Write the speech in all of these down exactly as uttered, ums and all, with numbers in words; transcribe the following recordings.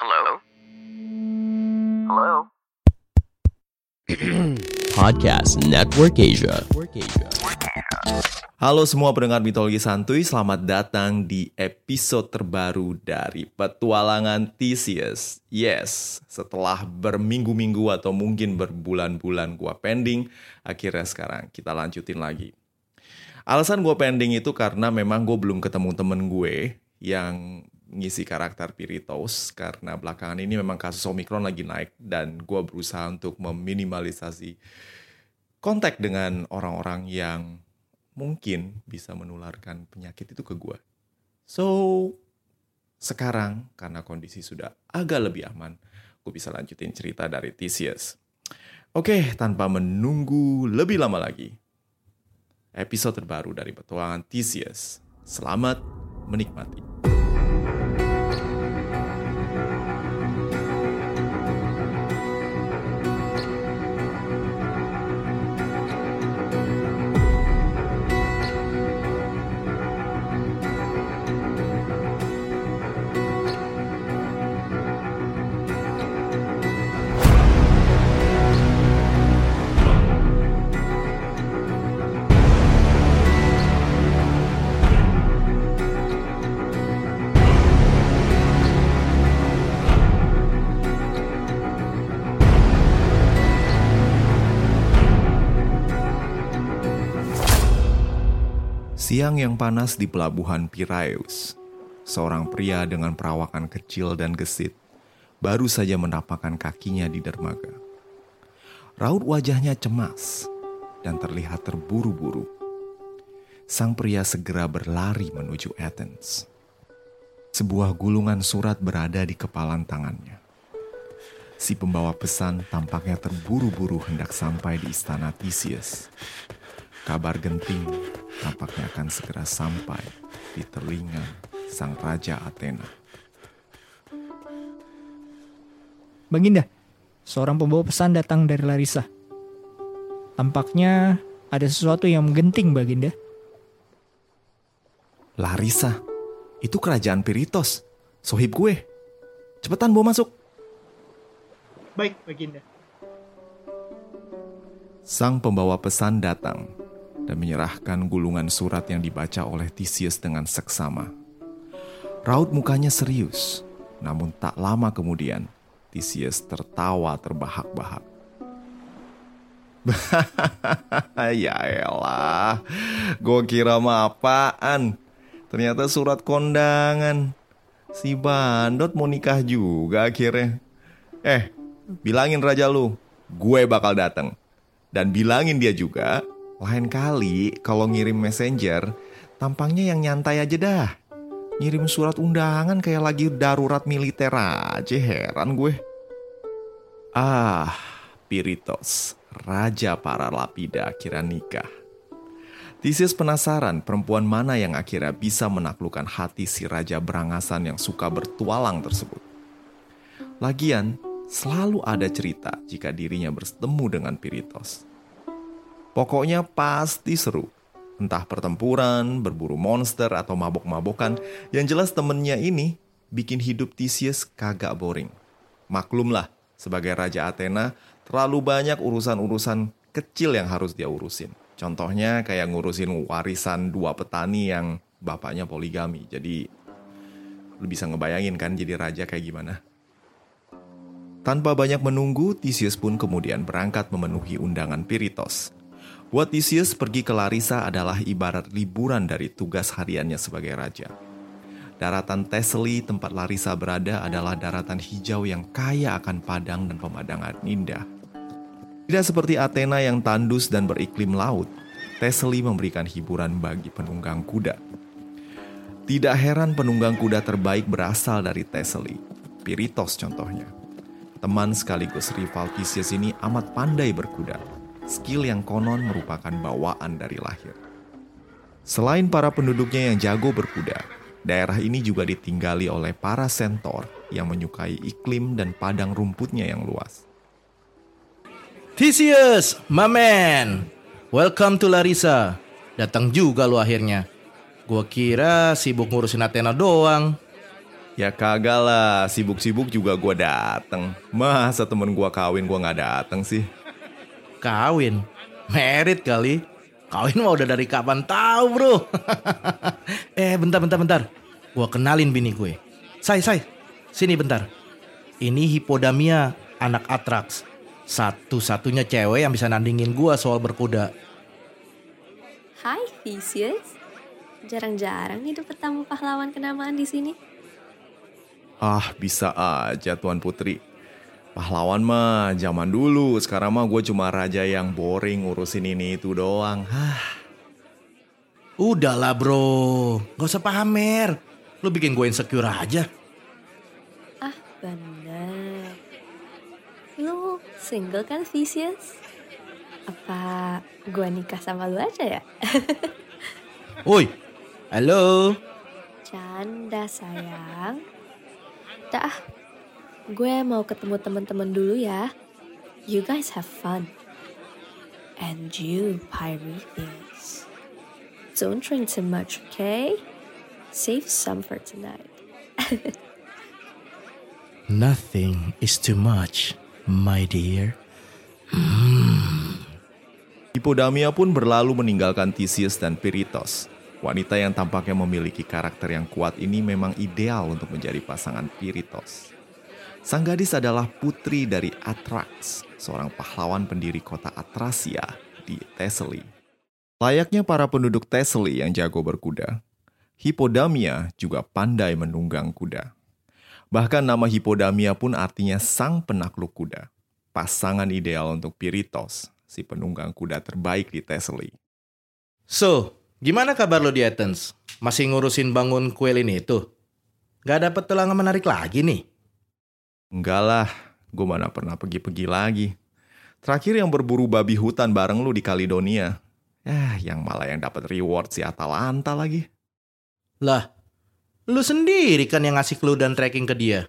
Hello? Hello? Podcast Network Asia. Halo semua pendengar Mitologi Santuy, selamat datang di episode terbaru dari Petualangan Theseus. Yes, setelah berminggu-minggu atau mungkin berbulan-bulan gua pending, akhirnya sekarang kita lanjutin lagi. Alasan gua pending itu karena memang gue belum ketemu temen gue yang ngisi karakter Piritos, karena belakangan ini memang kasus Omicron lagi naik dan gue berusaha untuk meminimalisasi kontak dengan orang-orang yang mungkin bisa menularkan penyakit itu ke gue. So, sekarang karena kondisi sudah agak lebih aman, gue bisa lanjutin cerita dari Theseus. Oke, tanpa menunggu lebih lama lagi, episode terbaru dari Petualangan Theseus. Selamat menikmati. Siang yang panas di pelabuhan Piraeus, seorang pria dengan perawakan kecil dan gesit baru saja menapakkan kakinya di dermaga. Raut wajahnya cemas dan terlihat terburu-buru. Sang pria segera berlari menuju Athens. Sebuah gulungan surat berada di kepalan tangannya. Si pembawa pesan tampaknya terburu-buru hendak sampai di istana Theseus. Kabar genting tampaknya akan segera sampai di telinga sang Raja Athena. Baginda, seorang pembawa pesan datang dari Larissa. Tampaknya ada sesuatu yang menggenting, Baginda. Larissa? Itu kerajaan Piritos, sohib gue. Cepetan bawa masuk. Baik, Baginda. Sang pembawa pesan datang dan menyerahkan gulungan surat yang dibaca oleh Theseus dengan seksama. Raut mukanya serius, namun tak lama kemudian Theseus tertawa terbahak-bahak. Ya elah, gue kira mah apaan? Ternyata surat kondangan. Si bandot mau nikah juga akhirnya. Eh, bilangin raja lu, gue bakal datang. Dan bilangin dia juga, lain kali kalau ngirim messenger, tampangnya yang nyantai aja dah. Ngirim surat undangan kayak lagi darurat militer aja, heran gue. Ah, Piritos, raja para lapida akhirnya nikah. Theseus penasaran perempuan mana yang akhirnya bisa menaklukkan hati si raja berangasan yang suka bertualang tersebut. Lagian, selalu ada cerita jika dirinya bertemu dengan Piritos. Pokoknya pasti seru. Entah pertempuran, berburu monster, atau mabok-mabokan. Yang jelas temennya ini bikin hidup Theseus kagak boring. Maklumlah, sebagai Raja Athena, terlalu banyak urusan-urusan kecil yang harus dia urusin. Contohnya kayak ngurusin warisan dua petani yang bapaknya poligami. Jadi, lu bisa ngebayangin kan jadi raja kayak gimana? Tanpa banyak menunggu, Theseus pun kemudian berangkat memenuhi undangan Piritos. Buat Theseus, pergi ke Larissa adalah ibarat liburan dari tugas hariannya sebagai raja. Daratan Thessaly tempat Larissa berada adalah daratan hijau yang kaya akan padang dan pemandangan indah. Tidak seperti Athena yang tandus dan beriklim laut, Thessaly memberikan hiburan bagi penunggang kuda. Tidak heran penunggang kuda terbaik berasal dari Thessaly, Piritos contohnya. Teman sekaligus rival Theseus ini amat pandai berkuda. Skill yang konon merupakan bawaan dari lahir. Selain para penduduknya yang jago berkuda, daerah ini juga ditinggali oleh para centaur yang menyukai iklim dan padang rumputnya yang luas. Theseus, my man. Welcome to Larissa. Datang juga lu akhirnya. Gua kira sibuk ngurusin Athena doang. Ya kagak lah, sibuk-sibuk juga gue dateng. Masa temen gue kawin gue gak dateng sih? Kawin? Merit kali. Kawin mah udah dari kapan tahu bro. Eh bentar bentar bentar. Gue kenalin bini gue. Say say, sini bentar. Ini Hippodamia, anak Atrax. Satu-satunya cewek yang bisa nandingin gue soal berkuda. Hai Theseus. Jarang-jarang nih dapet tamu pahlawan kenamaan di sini. Ah bisa aja Tuan Putri. Pahlawan mah zaman dulu. Sekarang mah gue cuma raja yang boring ngurusin ini itu doang. Hah. Udahlah bro, gak usah pamer. Lu bikin gue insecure aja. Ah bener. Lu single kan Theseus? Apa gua nikah sama lu aja ya? Woi, halo. Canda sayang. Dah, gue mau ketemu teman-teman dulu ya. You guys have fun. And you, Pyrethus. Don't drink too much, okay? Save some for tonight. Nothing is too much, my dear. Hippodamia pun berlalu meninggalkan Theseus dan Pirithous. Wanita yang tampaknya memiliki karakter yang kuat ini memang ideal untuk menjadi pasangan Pirithous. Sang gadis adalah putri dari Atrax, seorang pahlawan pendiri kota Atrasia di Thessaly. Layaknya para penduduk Thessaly yang jago berkuda, Hippodamia juga pandai menunggang kuda. Bahkan nama Hippodamia pun artinya sang penakluk kuda, pasangan ideal untuk Pirithous, si penunggang kuda terbaik di Thessaly. So, gimana kabar lo di Athens? Masih ngurusin bangun kuil ini tuh? Gak dapet tulangan menarik lagi nih? Enggak lah, gue mana pernah pergi-pergi lagi. Terakhir yang berburu babi hutan bareng lu di Kaledonia. Eh, yang malah yang dapat reward si Atalanta lagi. Lah, lu sendiri kan yang ngasih clue dan tracking ke dia.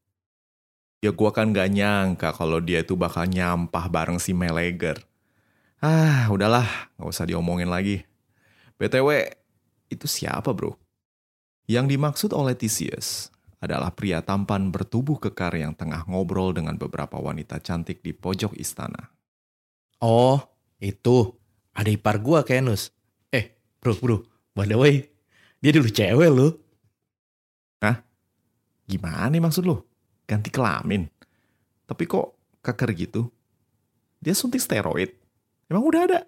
Ya gue kan gak nyangka kalau dia itu bakal nyampah bareng si Meleger. Ah, udahlah, gak usah diomongin lagi. B T W, itu siapa bro? Yang dimaksud oleh Theseus adalah pria tampan bertubuh kekar yang tengah ngobrol dengan beberapa wanita cantik di pojok istana. Oh, itu. Ada ipar gua, Kenus. Eh, bro, bro. By the way, dia dulu cewek lo. Hah? Gimana nih maksud lo? Ganti kelamin? Tapi kok keker gitu? Dia suntik steroid? Emang udah ada?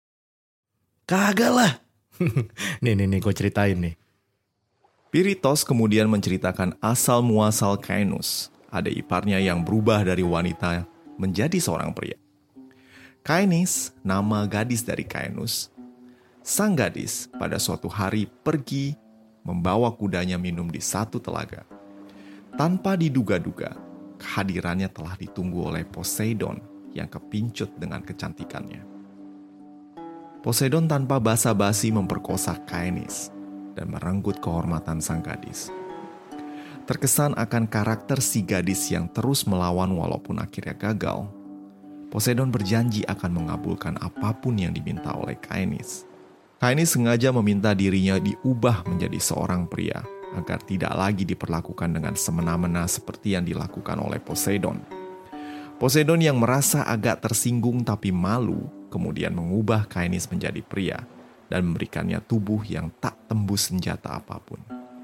Kagak lah. nih, nih, nih, gue ceritain nih. Pirithous kemudian menceritakan asal-muasal Caenus, adik iparnya yang berubah dari wanita menjadi seorang pria. Caenis, nama gadis dari Caenus. Sang gadis pada suatu hari pergi membawa kudanya minum di satu telaga. Tanpa diduga-duga, kehadirannya telah ditunggu oleh Poseidon yang kepincut dengan kecantikannya. Poseidon tanpa basa-basi memperkosa Caenis dan merenggut kehormatan sang gadis. Terkesan akan karakter si gadis yang terus melawan walaupun akhirnya gagal, Poseidon berjanji akan mengabulkan apapun yang diminta oleh Caenis. Caenis sengaja meminta dirinya diubah menjadi seorang pria agar tidak lagi diperlakukan dengan semena-mena seperti yang dilakukan oleh Poseidon. Poseidon yang merasa agak tersinggung tapi malu, kemudian mengubah Caenis menjadi pria dan memberikannya tubuh yang tak tembus senjata apapun.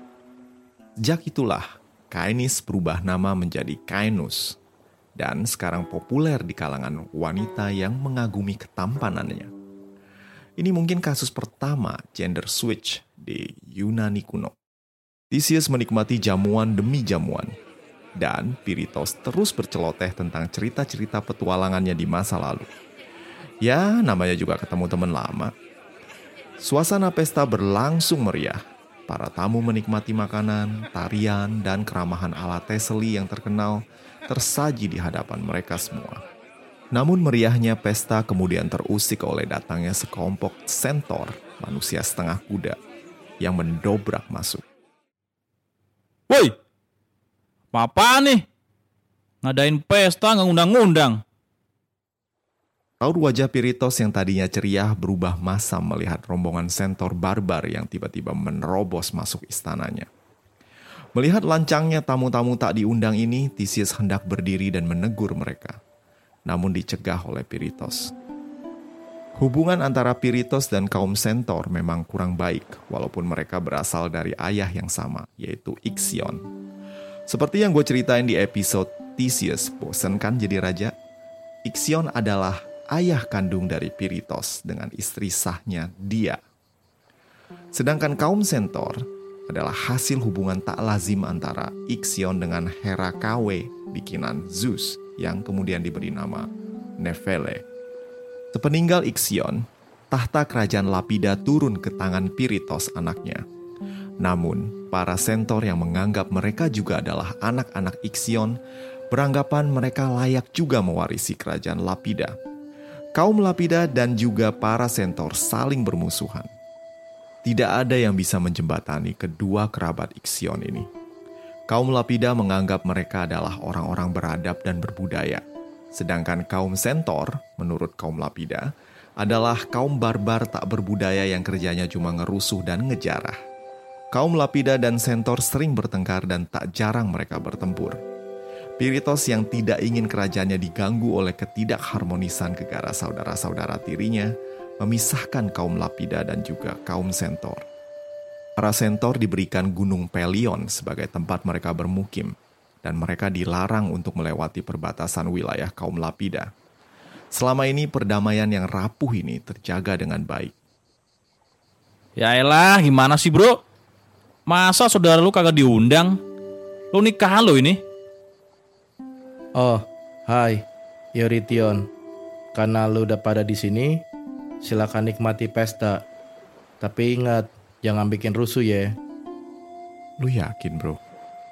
Sejak itulah, Caenis berubah nama menjadi Caenus, dan sekarang populer di kalangan wanita yang mengagumi ketampanannya. Ini mungkin kasus pertama gender switch di Yunani kuno. Theseus menikmati jamuan demi jamuan, dan Pirithous terus berceloteh tentang cerita-cerita petualangannya di masa lalu. Ya, namanya juga ketemu teman lama. Suasana pesta berlangsung meriah. Para tamu menikmati makanan, tarian, dan keramahan ala Thessaly yang terkenal tersaji di hadapan mereka semua. Namun meriahnya pesta kemudian terusik oleh datangnya sekelompok centaur, manusia setengah kuda, yang mendobrak masuk. Woi, apa nih? Ngadain pesta nggak ngundang-ngundang. Raut wajah Pirithous yang tadinya ceria berubah masam melihat rombongan centaur barbar yang tiba-tiba menerobos masuk istananya. Melihat lancangnya tamu-tamu tak diundang ini, Theseus hendak berdiri dan menegur mereka. Namun dicegah oleh Pirithos. Hubungan antara Pirithos dan kaum Centaur memang kurang baik, walaupun mereka berasal dari ayah yang sama, yaitu Ixion. Seperti yang gue ceritain di episode Theseus, bosen kan jadi raja? Ixion adalah ayah kandung dari Pirithos dengan istri sahnya Dia. Sedangkan kaum Centaur adalah hasil hubungan tak lazim antara Ixion dengan Hera K W, bikinan Zeus, yang kemudian diberi nama Nephele. Sepeninggal Ixion, tahta kerajaan Lapida turun ke tangan Pirithos anaknya. Namun, para Centaur yang menganggap mereka juga adalah anak-anak Ixion, beranggapan mereka layak juga mewarisi kerajaan Lapida. Kaum Lapida dan juga para Centaur saling bermusuhan. Tidak ada yang bisa menjembatani kedua kerabat Ixion ini. Kaum Lapida menganggap mereka adalah orang-orang beradab dan berbudaya. Sedangkan kaum Centaur, menurut kaum Lapida, adalah kaum barbar tak berbudaya yang kerjanya cuma ngerusuh dan ngejarah. Kaum Lapida dan Centaur sering bertengkar dan tak jarang mereka bertempur. Pirithos yang tidak ingin kerajaannya diganggu oleh ketidakharmonisan gegara saudara-saudara tirinya, memisahkan kaum Lapida dan juga kaum Centaur. Para Centaur diberikan Gunung Pelion sebagai tempat mereka bermukim, dan mereka dilarang untuk melewati perbatasan wilayah kaum Lapida. Selama ini perdamaian yang rapuh ini terjaga dengan baik. Ya elah, gimana sih bro? Masa saudara lu kagak diundang? Lu nikahan lu ini? Oh, hai, Eurytion. Karena lu udah pada di sini, silakan nikmati pesta. Tapi ingat, jangan bikin rusuh ya. Lu yakin bro?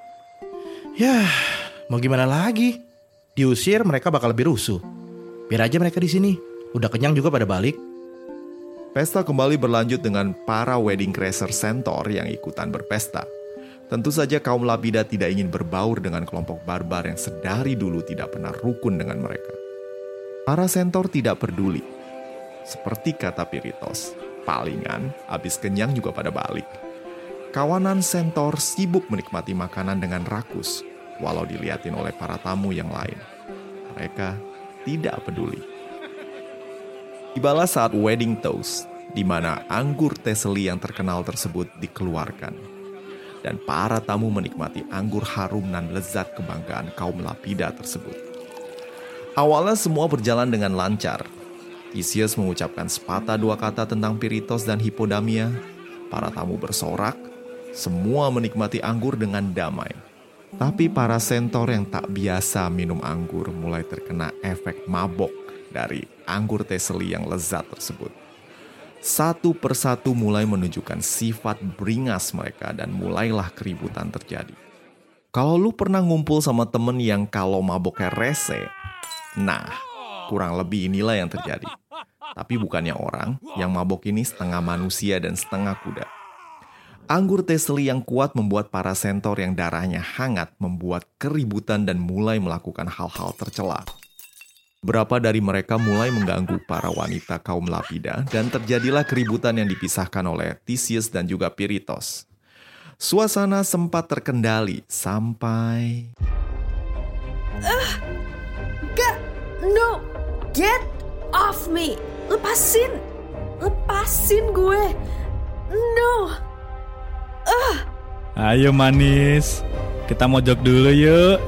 Yah, mau gimana lagi? Diusir mereka bakal lebih rusuh. Biar aja mereka di sini. Udah kenyang juga pada balik. Pesta kembali berlanjut dengan para wedding crasher Centaur yang ikutan berpesta. Tentu saja kaum Lapida tidak ingin berbaur dengan kelompok barbar yang sedari dulu tidak pernah rukun dengan mereka. Para Centaur tidak peduli. Seperti kata Pirithos, palingan abis kenyang juga pada balik. Kawanan Centaur sibuk menikmati makanan dengan rakus, walau dilihatin oleh para tamu yang lain. Mereka tidak peduli. Tibalah saat wedding toast, di mana anggur Thessaly yang terkenal tersebut dikeluarkan. Dan para tamu menikmati anggur harum dan lezat kebanggaan kaum Lapida tersebut. Awalnya semua berjalan dengan lancar. Theseus mengucapkan sepatah dua kata tentang Pirithos dan Hippodamia. Para tamu bersorak. Semua menikmati anggur dengan damai. Tapi para Centaur yang tak biasa minum anggur mulai terkena efek mabok dari anggur Thessaly yang lezat tersebut. Satu persatu mulai menunjukkan sifat beringas mereka dan mulailah keributan terjadi. Kalau lu pernah ngumpul sama temen yang kalau maboknya rese, nah kurang lebih inilah yang terjadi. Tapi bukannya orang, yang mabok ini setengah manusia dan setengah kuda. Anggur Thessaly yang kuat membuat para Centaur yang darahnya hangat membuat keributan dan mulai melakukan hal-hal tercela. Beberapa dari mereka mulai mengganggu para wanita kaum Lapida dan terjadilah keributan yang dipisahkan oleh Theseus dan juga Pirithos. Suasana sempat terkendali sampai... Ah, gak, no, get off me, lepasin, lepasin gue, no. Uh. Ayo manis, kita mojok dulu yuk.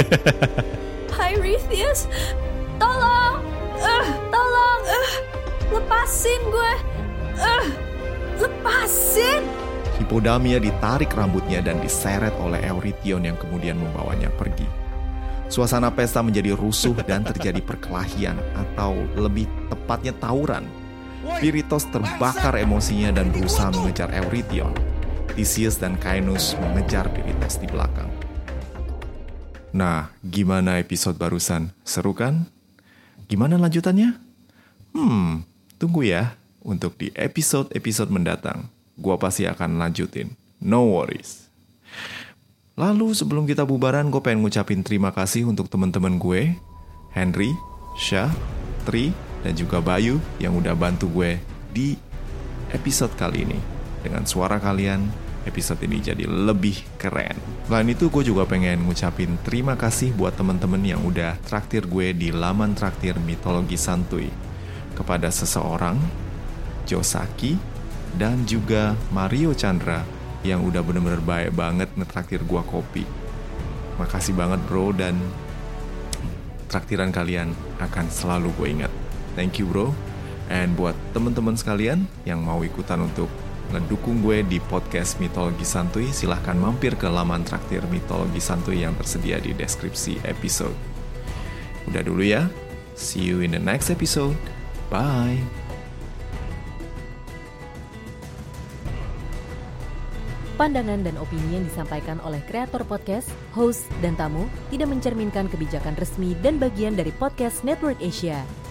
Hai Theseus, tolong, uh, tolong, uh, lepasin gue, uh, lepasin. Hippodamia ditarik rambutnya dan diseret oleh Eurytion yang kemudian membawanya pergi. Suasana pesta menjadi rusuh dan terjadi perkelahian atau lebih tepatnya tawuran. Pirithos terbakar emosinya dan berusaha mengejar Eurytion. Theseus dan Caenus mengejar Pirithos di belakang. Nah, gimana episode barusan? Seru kan? Gimana lanjutannya? Hmm, tunggu ya untuk di episode-episode mendatang. Gua pasti akan lanjutin. No worries. Lalu sebelum kita bubaran, gue pengen ngucapin terima kasih untuk teman-teman gue, Henry, Syah, Tri, dan juga Bayu yang udah bantu gue di episode kali ini. Dengan suara kalian, episode ini jadi lebih keren. Selain itu gue juga pengen ngucapin terima kasih buat temen-temen yang udah traktir gue di laman traktir Mitologi Santuy. Kepada seseorang, Josaki, dan juga Mario Chandra yang udah bener-bener baik banget ngetraktir gue kopi. Makasih banget bro, dan traktiran kalian akan selalu gue ingat. Thank you bro. And buat teman-teman sekalian yang mau ikutan untuk ngedukung gue di podcast Mitologi Santuy, silahkan mampir ke laman traktir Mitologi Santuy yang tersedia di deskripsi episode. Udah dulu ya. See you in the next episode. Bye. Pandangan dan opini yang disampaikan oleh kreator podcast, host, dan tamu tidak mencerminkan kebijakan resmi dan bagian dari Podcast Network Asia.